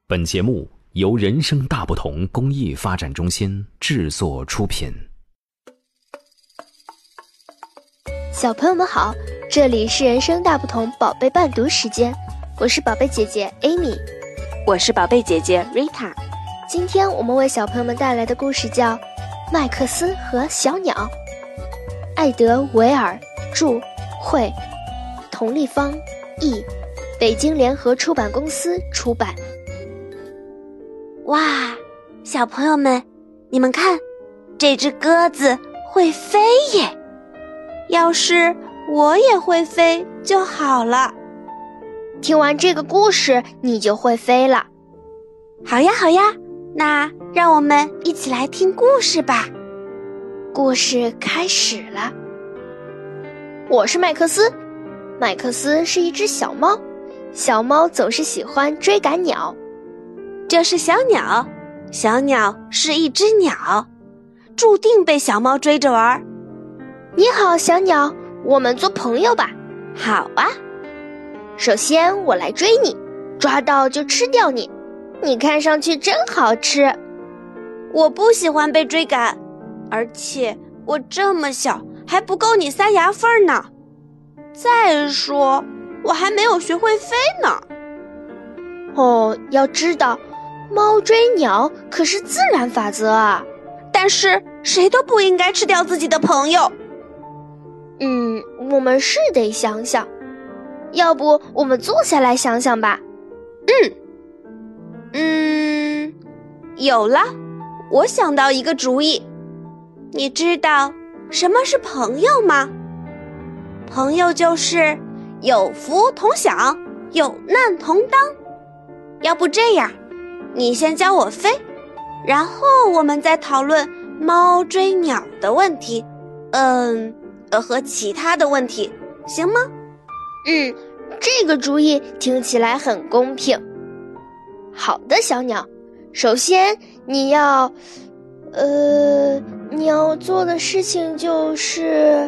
本节目由人生大不同公益发展中心制作出品。 小朋友们好，这里是人生大不同宝贝伴读时间，我是宝贝姐姐 Amy， 我是宝贝姐姐 Rita。 今天我们为小朋友们带来的故事叫《麦克斯和小鸟》，艾德维尔著，绘，佟丽芳译，北京联合出版公司出版。 哇，小朋友们，你们看，这只鸽子会飞耶！要是我也会飞就好了。 听完这个故事，你就会飞了。 好呀，好呀，那让我们一起来听故事吧。 故事开始了。我是麦克斯，麦克斯是一只小猫，小猫总是喜欢追赶鸟。 这是小鸟，小鸟是一只鸟，注定被小猫追着玩。 你好，小鸟，我们做朋友吧。 好啊。 首先我来追你，抓到就吃掉你，你看上去真好吃。 我不喜欢被追赶，而且我这么小，还不够你塞牙缝呢。再说，我还没有学会飞呢。 哦，要知道，猫追鸟可是自然法则啊。 但是谁都不应该吃掉自己的朋友。 我们是得想想，要不我们坐下来想想吧。 有了，我想到一个主意。你知道什么是朋友吗？朋友就是有福同享，有难同当。要不这样，你先教我飞，然后我们再讨论猫追鸟的问题，和其他的问题，行吗？ 这个主意听起来很公平。好的，小鸟，首先你要做的事情就是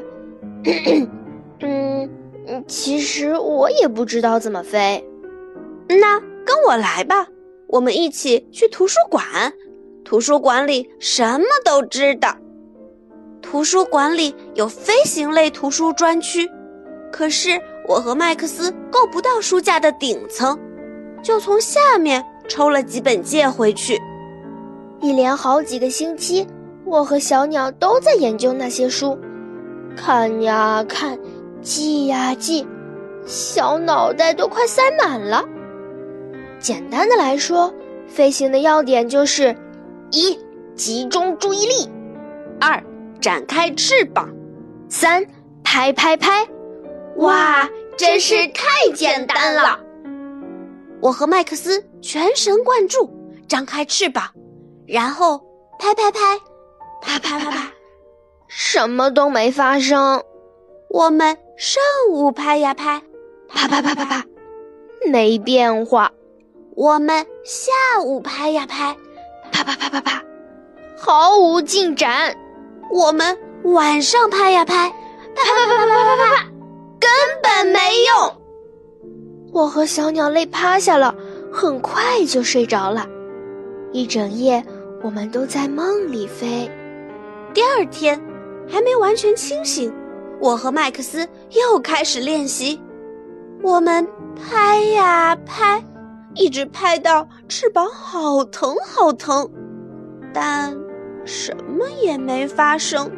其实我也不知道怎么飞。 那跟我来吧，我们一起去图书馆，图书馆里什么都知道。图书馆里有飞行类图书专区，可是我和麦克斯够不到书架的顶层，就从下面抽了几本借回去。 一连好几个星期，我和小鸟都在研究那些书，看呀看，记呀记，小脑袋都快塞满了。简单的来说，飞行的要点就是1. 集中注意力， 2. 展开翅膀， 3. 拍拍拍。 哇，真是太简单了！我和麦克斯全神贯注，张开翅膀，然后拍拍拍，啪啪啪啪， 什么都没发生。 我们上午拍呀拍， 啪啪啪啪啪，没变化。 我们下午拍呀拍， 啪啪啪啪啪，毫无进展。 我们晚上拍呀拍，啪啪啪啪啪啪啪，根本没用。 我和小鸟累趴下了，很快就睡着了。一整夜我们都在梦里飞。 第二天还没完全清醒，我和麦克斯又开始练习。我们拍呀拍，一直拍到翅膀好疼好疼，但什么也没发生。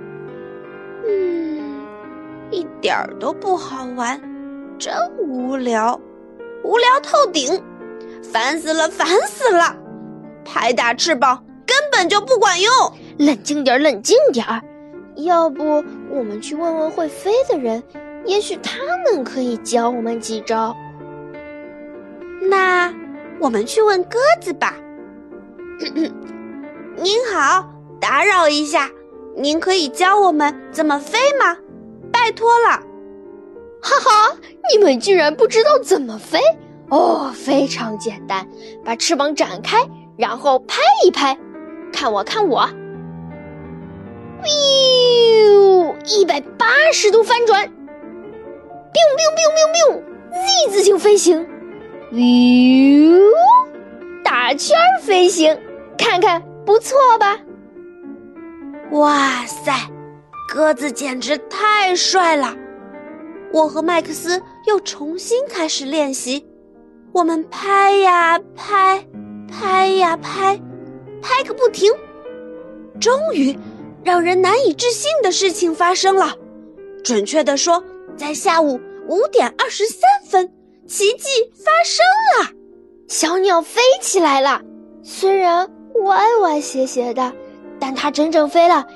一点儿都不好玩，真无聊，无聊透顶，烦死了烦死了！拍打翅膀根本就不管用。 冷静点，冷静点儿，要不我们去问问会飞的人，也许他们可以教我们几招。 那我们去问鸽子吧。您好，打扰一下，您可以教我们怎么飞吗？拜托了。 哈哈，你们居然不知道怎么飞？哦，非常简单，把翅膀展开，然后拍一拍，看我看我，180度翻转， biu biu biu biu biu，Z 字形飞行， 飞行，看看不错吧？ 哇塞，鸽子简直太帅了！我和麦克斯又重新开始练习，我们拍呀拍，拍呀拍，拍个不停。终于，让人难以置信的事情发生了。准确地说，在下午5点23分，奇迹发生了。 小鸟飞起来了，虽然歪歪斜斜的，但它整整飞了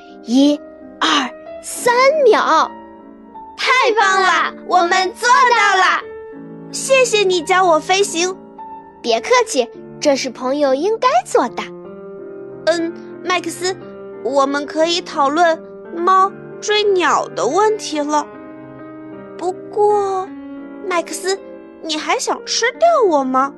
1、2、3秒。 太棒了，我们做到了！谢谢你教我飞行。 别客气，这是朋友应该做的。 麦克斯，我们可以讨论猫追鸟的问题了。不过，麦克斯，你还想吃掉我吗？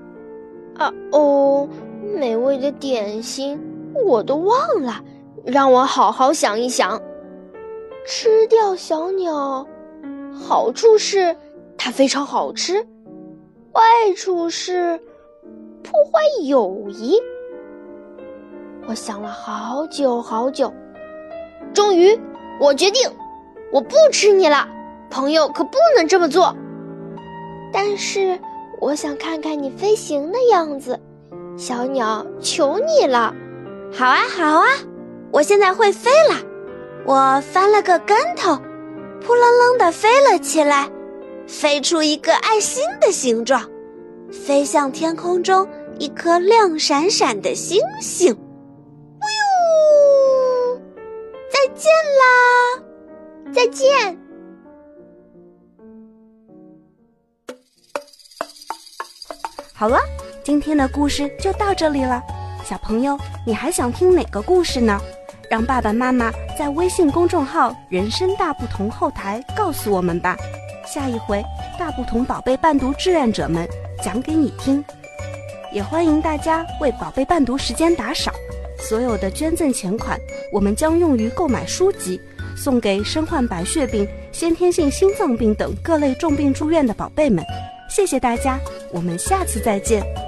美味的点心我都忘了，让我好好想一想。吃掉小鸟，好处是它非常好吃，坏处是破坏友谊。我想了好久好久，终于我决定，我不吃你了，朋友可不能这么做。但是我想看看你飞行的样子，小鸟，求你了。 好啊好啊，我现在会飞了。我翻了个跟头，扑棱棱地飞了起来，飞出一个爱心的形状，飞向天空中一颗亮闪闪的星星。呜，再见啦！ 再见。 好了，今天的故事就到这里了。小朋友，你还想听哪个故事呢？让爸爸妈妈在微信公众号“人生大不同”后台告诉我们吧。下一回，大不同宝贝伴读志愿者们讲给你听。也欢迎大家为宝贝伴读时间打赏，所有的捐赠钱款，我们将用于购买书籍，送给身患白血病、先天性心脏病等各类重病住院的宝贝们。谢谢大家，我们下次再见。